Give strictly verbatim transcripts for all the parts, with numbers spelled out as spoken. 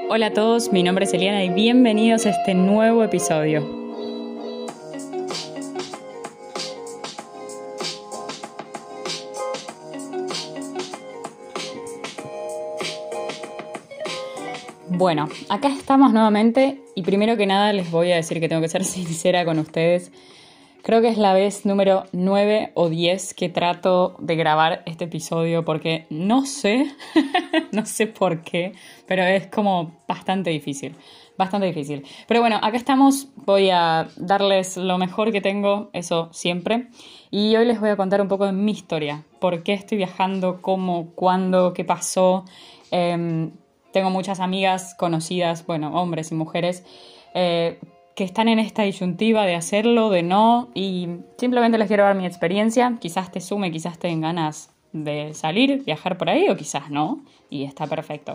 Hola a todos, mi nombre es Eliana y bienvenidos a este nuevo episodio. Bueno, acá estamos nuevamente y primero que nada les voy a decir que tengo que ser sincera con ustedes. Creo que es la vez número nueve o diez que trato de grabar este episodio porque no sé, no sé por qué, pero es como bastante difícil, bastante difícil. Pero bueno, acá estamos, voy a darles lo mejor que tengo, eso siempre. Y hoy les voy a contar un poco de mi historia, por qué estoy viajando, cómo, cuándo, qué pasó. Eh, tengo muchas amigas conocidas, bueno, hombres y mujeres, eh, que están en esta disyuntiva de hacerlo, de no, y simplemente les quiero dar mi experiencia. Quizás te sume, quizás te den ganas de salir, viajar por ahí, o quizás no, y está perfecto.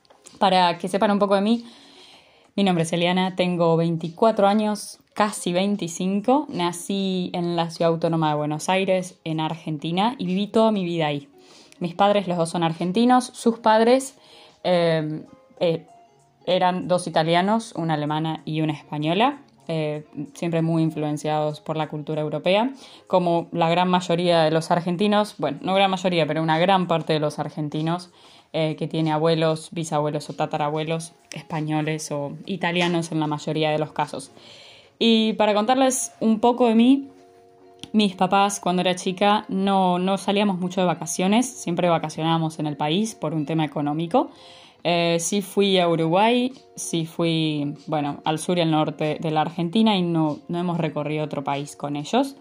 Para que sepan un poco de mí, mi nombre es Eliana, tengo veinticuatro años, casi veinticinco, nací en la Ciudad Autónoma de Buenos Aires, en Argentina, y viví toda mi vida ahí. Mis padres, los dos son argentinos, sus padres eh, eh, eran dos italianos, una alemana y una española, eh, siempre muy influenciados por la cultura europea, como la gran mayoría de los argentinos, bueno, no gran mayoría, pero una gran parte de los argentinos eh, que tiene abuelos, bisabuelos o tatarabuelos españoles o italianos en la mayoría de los casos. Y para contarles un poco de mí, mis papás cuando era chica no, no salíamos mucho de vacaciones, siempre vacacionábamos en el país por un tema económico. Eh, sí fui a Uruguay, sí fui, bueno, al sur y al norte de la Argentina y no, no hemos recorrido otro país con ellos.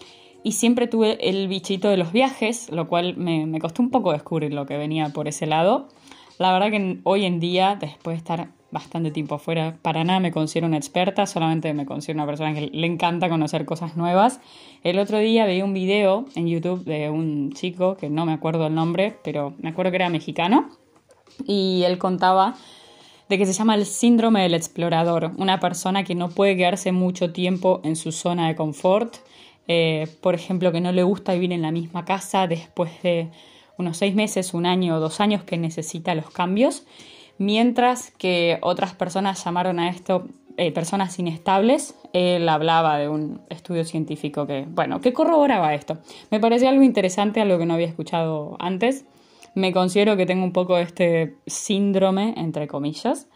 Y siempre tuve el bichito de los viajes, lo cual me, me costó un poco descubrir lo que venía por ese lado. La verdad que hoy en día, después de estar bastante tiempo afuera, para nada me considero una experta, solamente me considero una persona que le encanta conocer cosas nuevas. El otro día vi un video en YouTube de un chico, que no me acuerdo el nombre, pero me acuerdo que era mexicano, y él contaba de que se llama el síndrome del explorador, una persona que no puede quedarse mucho tiempo en su zona de confort, eh, por ejemplo, que no le gusta vivir en la misma casa después de unos seis meses, un año o dos años, que necesita los cambios, mientras que otras personas llamaron a esto eh, personas inestables. Él hablaba de un estudio científico que, bueno, que corroboraba esto. Me parecía algo interesante, algo que no había escuchado antes. Me considero que tengo un poco este síndrome, entre comillas.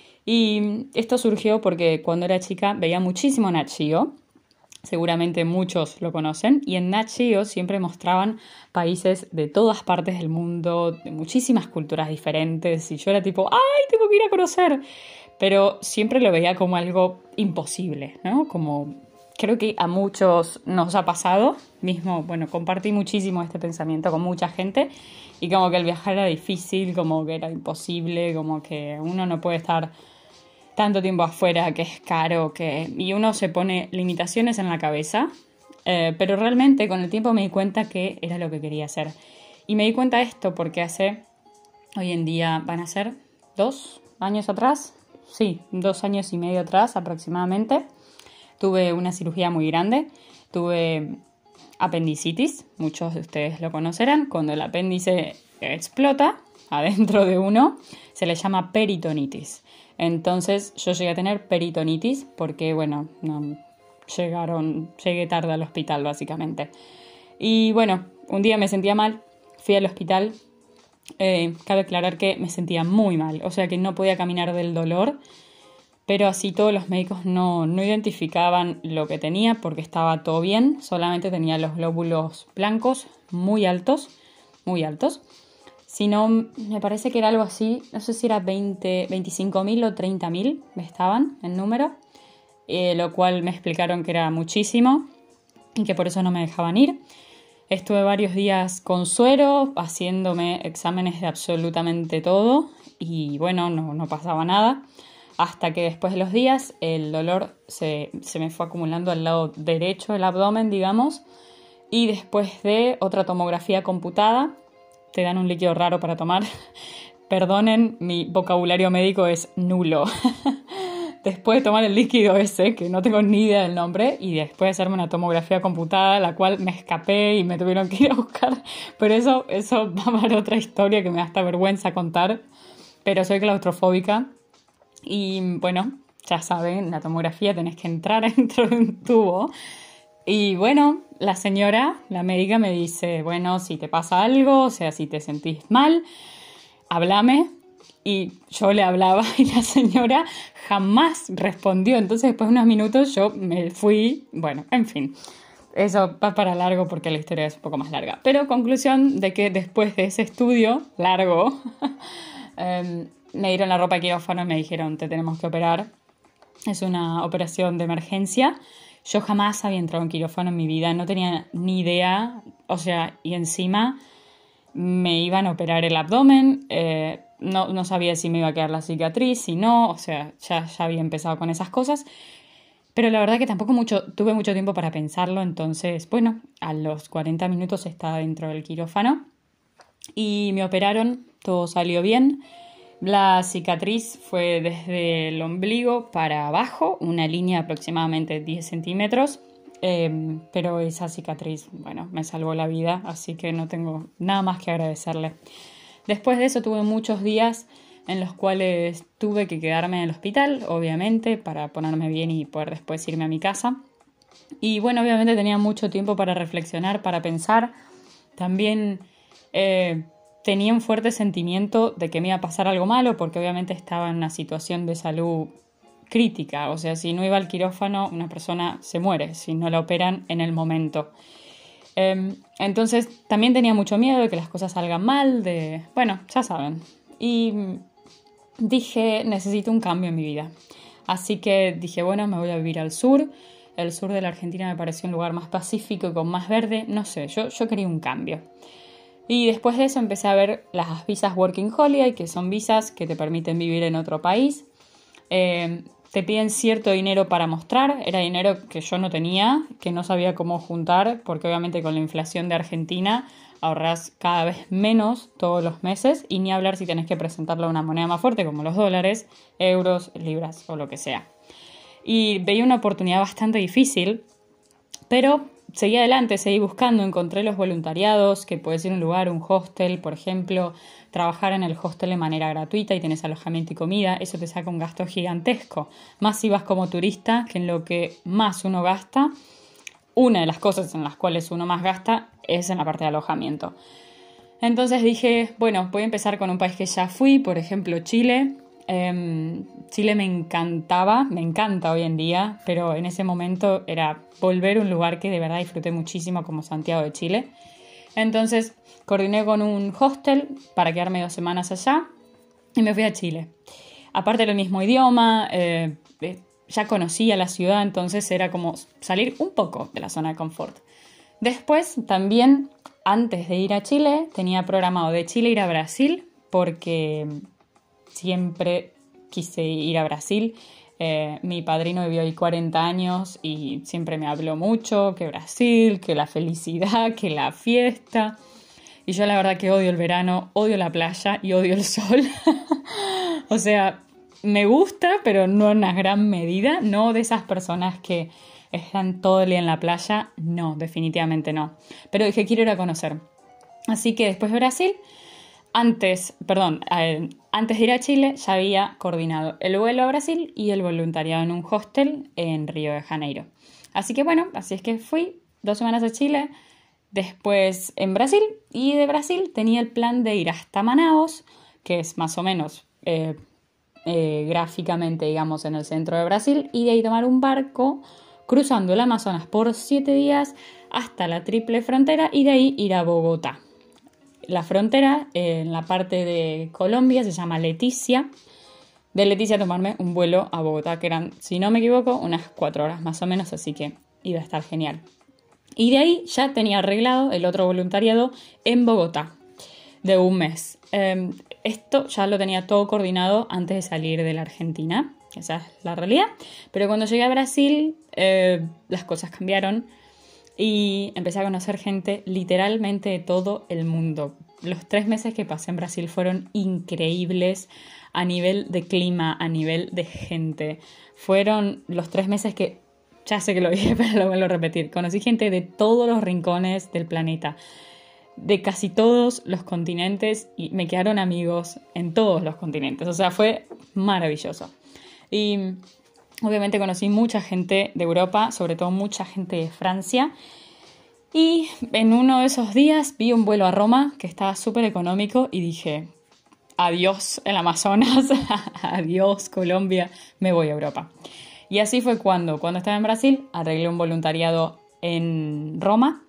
Y esto surgió porque cuando era chica veía muchísimo Nat Geo. Seguramente muchos lo conocen. Y en Nat Geo siempre mostraban países de todas partes del mundo, de muchísimas culturas diferentes. Y yo era tipo, ¡ay, tengo que ir a conocer! Pero siempre lo veía como algo imposible, ¿no? Como creo que a muchos nos ha pasado. Mismo, bueno, compartí muchísimo este pensamiento con mucha gente. Y como que el viajar era difícil, como que era imposible, como que uno no puede estar tanto tiempo afuera, que es caro, que y uno se pone limitaciones en la cabeza. Eh, pero realmente con el tiempo me di cuenta que era lo que quería hacer. Y me di cuenta de esto porque hace, hoy en día van a ser dos años atrás, sí, dos años y medio atrás aproximadamente, tuve una cirugía muy grande, tuve apendicitis, muchos de ustedes lo conocerán. Cuando el apéndice explota adentro de uno, se le llama peritonitis. Entonces yo llegué a tener peritonitis porque, bueno, no, llegaron, llegué tarde al hospital básicamente. Y bueno, un día me sentía mal, fui al hospital. Eh, cabe aclarar que me sentía muy mal, o sea que no podía caminar del dolor. Pero así todos los médicos no, no identificaban lo que tenía porque estaba todo bien. Solamente tenía los glóbulos blancos muy altos, muy altos. Si no, me parece que era algo así, no sé si era veinte, veinticinco mil o treinta mil, me estaban en número. Eh, lo cual me explicaron que era muchísimo y que por eso no me dejaban ir. Estuve varios días con suero, haciéndome exámenes de absolutamente todo. Y bueno, no, no pasaba nada. Hasta que después de los días el dolor se, se me fue acumulando al lado derecho del abdomen, digamos. Y después de otra tomografía computada, te dan un líquido raro para tomar. Perdonen, mi vocabulario médico es nulo. Después de tomar el líquido ese, que no tengo ni idea del nombre, y después de hacerme una tomografía computada, la cual me escapé y me tuvieron que ir a buscar. Pero eso, eso va para otra historia que me da hasta vergüenza contar. Pero soy claustrofóbica. Y bueno, ya saben, la tomografía tenés que entrar dentro de un tubo. Y bueno, la señora, la médica me dice, bueno, si te pasa algo, o sea, si te sentís mal, háblame. Y yo le hablaba y la señora jamás respondió. Entonces después de unos minutos yo me fui. Bueno, en fin, eso va para largo porque la historia es un poco más larga. Pero conclusión de que después de ese estudio largo, eh, me dieron la ropa de quirófano y me dijeron, te tenemos que operar. Es una operación de emergencia. Yo jamás había entrado en quirófano en mi vida, no tenía ni idea. O sea, y encima me iban a operar el abdomen. Eh, no, no sabía si me iba a quedar la cicatriz, si no. O sea, ya, ya había empezado con esas cosas. Pero la verdad que tampoco mucho, tuve mucho tiempo para pensarlo. Entonces, bueno, a los cuarenta minutos estaba dentro del quirófano. Y me operaron, todo salió bien. La cicatriz fue desde el ombligo para abajo, una línea de aproximadamente diez centímetros, eh, pero esa cicatriz, bueno, me salvó la vida, así que no tengo nada más que agradecerle. Después de eso tuve muchos días en los cuales tuve que quedarme en el hospital, obviamente, para ponerme bien y poder después irme a mi casa. Y bueno, obviamente tenía mucho tiempo para reflexionar, para pensar. También Eh, tenía un fuerte sentimiento de que me iba a pasar algo malo porque obviamente estaba en una situación de salud crítica. O sea, si no iba al quirófano, una persona se muere si no la operan en el momento. Eh, entonces también tenía mucho miedo de que las cosas salgan mal, de... Bueno, ya saben. Y dije, necesito un cambio en mi vida. Así que dije, bueno, me voy a vivir al sur. El sur de la Argentina me pareció un lugar más pacífico y con más verde. No sé, yo, yo quería un cambio. Y después de eso empecé a ver las visas Working Holiday, que son visas que te permiten vivir en otro país. Eh, te piden cierto dinero para mostrar. Era dinero que yo no tenía, que no sabía cómo juntar, porque obviamente con la inflación de Argentina ahorras cada vez menos todos los meses. Y ni hablar si tenés que presentarle una moneda más fuerte, como los dólares, euros, libras o lo que sea. Y veía una oportunidad bastante difícil, pero seguí adelante, seguí buscando, encontré los voluntariados, que puede ser un lugar, un hostel, por ejemplo, trabajar en el hostel de manera gratuita y tenés alojamiento y comida, eso te saca un gasto gigantesco. Más si vas como turista, que en lo que más uno gasta, una de las cosas en las cuales uno más gasta es en la parte de alojamiento. Entonces dije, bueno, voy a empezar con un país que ya fui, por ejemplo, Chile. Eh, Chile me encantaba, me encanta hoy en día, pero en ese momento era volver a un lugar que de verdad disfruté muchísimo como Santiago de Chile. Entonces coordiné con un hostel para quedarme dos semanas allá y me fui a Chile. Aparte del mismo idioma, eh, ya conocía la ciudad, entonces era como salir un poco de la zona de confort. Después también, antes de ir a Chile, tenía programado de Chile ir a Brasil porque siempre quise ir a Brasil. Eh, mi padrino vivió ahí cuarenta años y siempre me habló mucho que Brasil, que la felicidad, que la fiesta. Y yo la verdad que odio el verano, odio la playa y odio el sol. O sea, me gusta, pero no en una gran medida. No de esas personas que están todo el día en la playa. No, definitivamente no. Pero dije, quiero ir a conocer. Así que después de Brasil... Antes, perdón, eh, antes de ir a Chile ya había coordinado el vuelo a Brasil y el voluntariado en un hostel en Río de Janeiro. Así que bueno, así es que fui dos semanas a Chile, después en Brasil y de Brasil tenía el plan de ir hasta Manaos, que es más o menos eh, eh, gráficamente, digamos, en el centro de Brasil, y de ahí tomar un barco cruzando el Amazonas por siete días hasta la triple frontera y de ahí ir a Bogotá. La frontera, eh, en la parte de Colombia, se llama Leticia. De Leticia tomarme un vuelo a Bogotá, que eran, si no me equivoco, unas cuatro horas más o menos, así que iba a estar genial. Y de ahí ya tenía arreglado el otro voluntariado en Bogotá, de un mes. Eh, esto ya lo tenía todo coordinado antes de salir de la Argentina, esa es la realidad. Pero cuando llegué a Brasil, eh, las cosas cambiaron. Y empecé a conocer gente literalmente de todo el mundo. Los tres meses que pasé en Brasil fueron increíbles a nivel de clima, a nivel de gente. Fueron los tres meses que, ya sé que lo dije, pero lo vuelvo a repetir. Conocí gente de todos los rincones del planeta, de casi todos los continentes, y me quedaron amigos en todos los continentes. O sea, fue maravilloso. Y obviamente conocí mucha gente de Europa, sobre todo mucha gente de Francia. Y en uno de esos días vi un vuelo a Roma que estaba súper económico y dije, adiós el Amazonas, adiós Colombia, me voy a Europa. Y así fue cuando, cuando estaba en Brasil, arreglé un voluntariado en Roma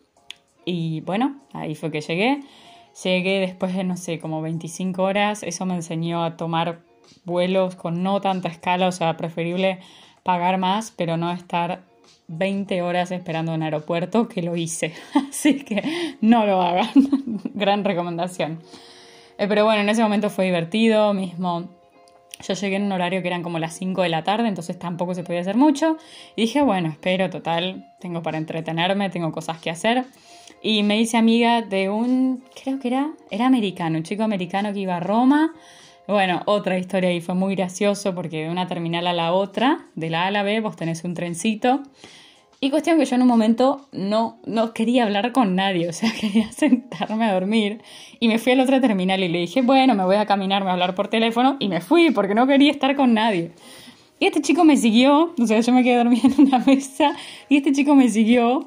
y bueno, ahí fue que llegué. Llegué después de, no sé, como veinticinco horas, eso me enseñó a tomar vuelos con no tanta escala, o sea, preferible pagar más, pero no estar veinte horas esperando en aeropuerto, que lo hice. Así que no lo hagan. Gran recomendación. Eh, pero bueno, en ese momento fue divertido, mismo. Yo llegué en un horario que eran como las cinco de la tarde, entonces tampoco se podía hacer mucho. Y dije, bueno, espero, total, tengo para entretenerme, tengo cosas que hacer. Y me hice amiga de un, creo que era, era americano, un chico americano que iba a Roma. Bueno, otra historia y fue muy gracioso porque de una terminal a la otra, de la A a la B, vos tenés un trencito. Y cuestión que yo en un momento no, no quería hablar con nadie, o sea, quería sentarme a dormir. Y me fui a la otra terminal y le dije, bueno, me voy a caminar, me voy a hablar por teléfono. Y me fui porque no quería estar con nadie. Y este chico me siguió, o sea, yo me quedé dormida en una mesa. Y este chico me siguió,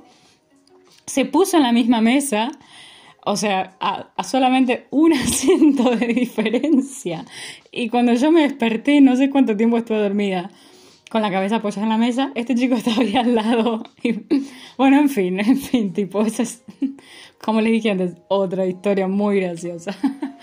se puso en la misma mesa, o sea, a, a solamente un asiento de diferencia. Y cuando yo me desperté, no sé cuánto tiempo estuve dormida, con la cabeza apoyada en la mesa, este chico estaba ahí al lado. Y, bueno, en fin, en fin, tipo, esa es, como les dije antes, otra historia muy graciosa.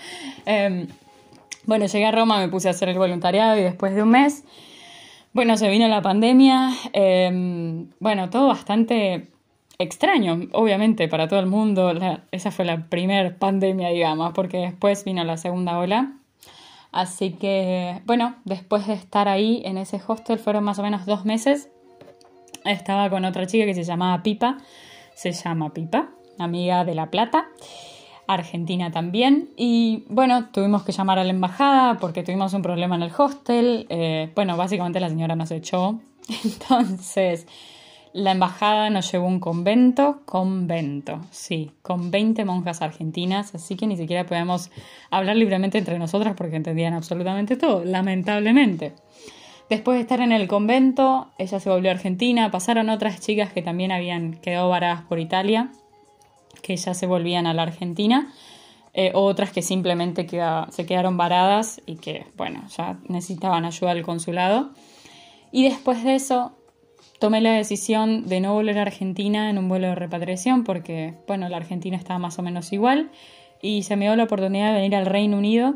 eh, bueno, llegué a Roma, me puse a hacer el voluntariado y después de un mes, bueno, se vino la pandemia. Eh, bueno, todo bastante extraño, obviamente, para todo el mundo. La, esa fue la primera pandemia, digamos, porque después vino la segunda ola. Así que, bueno, después de estar ahí en ese hostel fueron más o menos dos meses. Estaba con otra chica que se llamaba Pipa, se llama Pipa, amiga de La Plata, argentina también. Y bueno, tuvimos que llamar a la embajada porque tuvimos un problema en el hostel. Eh, bueno, básicamente la señora nos echó. Entonces, la embajada nos llevó a un convento, convento, sí, con veinte monjas argentinas, así que ni siquiera podemos hablar libremente entre nosotras porque entendían absolutamente todo, lamentablemente. Después de estar en el convento, ella se volvió a Argentina, pasaron otras chicas que también habían quedado varadas por Italia, que ya se volvían a la Argentina, eh, otras que simplemente queda, se quedaron varadas y que, bueno, ya necesitaban ayuda del consulado. Y después de eso tomé la decisión de no volver a Argentina en un vuelo de repatriación porque, bueno, la Argentina estaba más o menos igual y se me dio la oportunidad de venir al Reino Unido,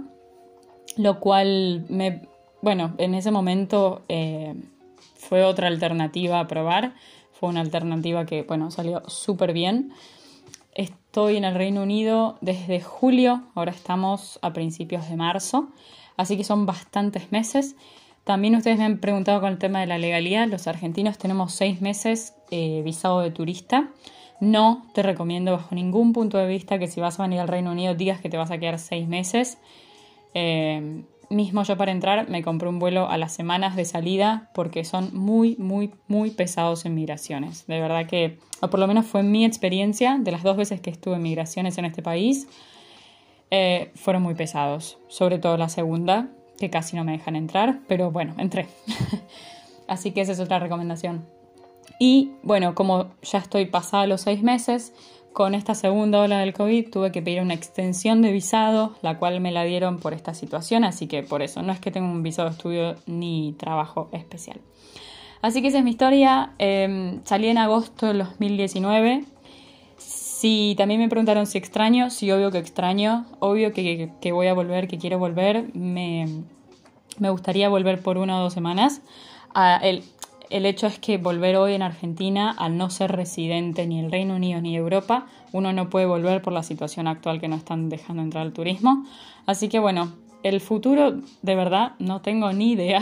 lo cual, me, bueno, en ese momento eh, fue otra alternativa a probar. Fue una alternativa que, bueno, salió súper bien. Estoy en el Reino Unido desde julio, ahora estamos a principios de marzo, así que son bastantes meses. También ustedes me han preguntado con el tema de la legalidad. Los argentinos tenemos seis meses eh, visado de turista. No te recomiendo bajo ningún punto de vista que si vas a venir al Reino Unido digas que te vas a quedar seis meses. Eh, mismo yo para entrar me compré un vuelo a las semanas de salida porque son muy, muy, muy pesados en migraciones. De verdad que, o por lo menos fue mi experiencia, de las dos veces que estuve en migraciones en este país, eh, fueron muy pesados. Sobre todo la segunda, que casi no me dejan entrar, pero bueno, entré. Así que esa es otra recomendación. Y bueno, como ya estoy pasada los seis meses, con esta segunda ola del COVID tuve que pedir una extensión de visado, la cual me la dieron por esta situación, así que por eso no es que tenga un visado de estudio ni trabajo especial. Así que esa es mi historia. Eh, salí en agosto del dos mil diecinueve. Sí, también me preguntaron si extraño. Sí, obvio que extraño. Obvio que, que, que voy a volver, que quiero volver. Me, me gustaría volver por una o dos semanas. Ah, el, el hecho es que volver hoy en Argentina, al no ser residente ni el Reino Unido ni Europa, uno no puede volver por la situación actual que no están dejando entrar al turismo. Así que bueno, el futuro, de verdad, no tengo ni idea.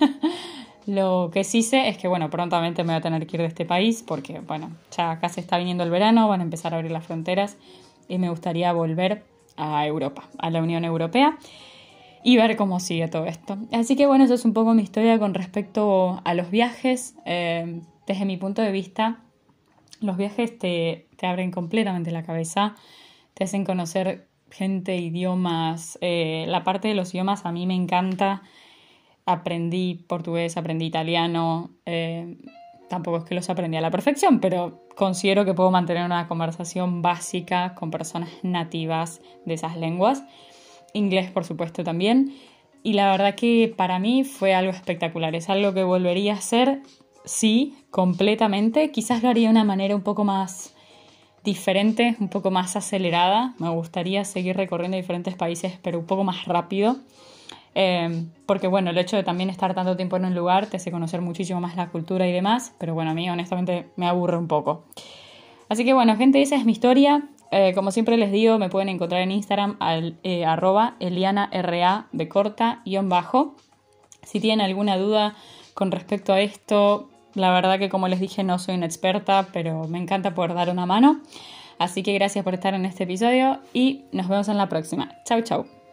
Lo que sí sé es que, bueno, prontamente me voy a tener que ir de este país porque, bueno, ya acá se está viniendo el verano, van a empezar a abrir las fronteras y me gustaría volver a Europa, a la Unión Europea y ver cómo sigue todo esto. Así que, bueno, eso es un poco mi historia con respecto a los viajes. Eh, desde mi punto de vista, los viajes te, te abren completamente la cabeza, te hacen conocer gente, idiomas. Eh, la parte de los idiomas a mí me encanta. aprendí portugués, aprendí italiano, eh, tampoco es que los aprendí a la perfección, pero considero que puedo mantener una conversación básica con personas nativas de esas lenguas. Inglés, por supuesto, también. Y la verdad que para mí fue algo espectacular. Es algo que volvería a hacer, sí, completamente. Quizás lo haría de una manera un poco más diferente, un poco más acelerada. Me gustaría seguir recorriendo diferentes países, pero un poco más rápido. Eh, porque bueno, el hecho de también estar tanto tiempo en un lugar te hace conocer muchísimo más la cultura y demás, pero bueno, a mí honestamente me aburre un poco. Así que bueno, gente, esa es mi historia. Eh, como siempre les digo, me pueden encontrar en Instagram al eh, arroba elianara de corta guión bajo. Si tienen alguna duda con respecto a esto, la verdad que como les dije no soy una experta, pero me encanta poder dar una mano. Así que gracias por estar en este episodio y nos vemos en la próxima. Chau, chau.